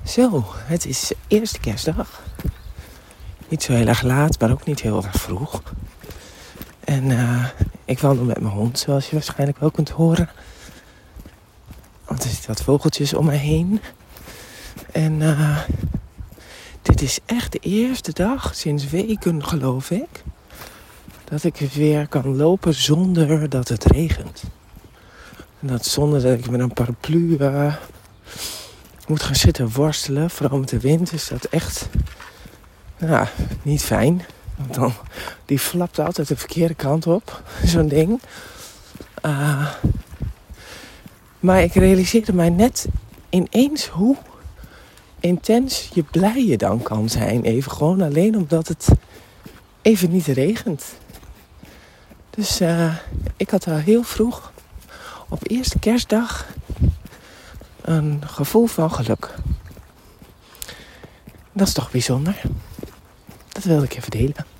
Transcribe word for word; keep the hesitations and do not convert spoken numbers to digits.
Zo, het is eerste kerstdag. Niet zo heel erg laat, maar ook niet heel erg vroeg. En uh, ik wandel met mijn hond, zoals je waarschijnlijk wel kunt horen. Want er zitten wat vogeltjes om me heen. En uh, dit is echt de eerste dag sinds weken, geloof ik, dat ik weer kan lopen zonder dat het regent. En dat zonder dat ik met een paraplu uh, moet gaan zitten worstelen. Vooral met de wind is dat echt nou, niet fijn. Want dan, die flapt altijd de verkeerde kant op, zo'n ding. Uh, maar ik realiseerde mij net ineens hoe intens je blij je dan kan zijn. Even gewoon alleen omdat het even niet regent. Dus uh, ik had al heel vroeg op eerste kerstdag een gevoel van geluk. Dat is toch bijzonder. Dat wilde ik even delen.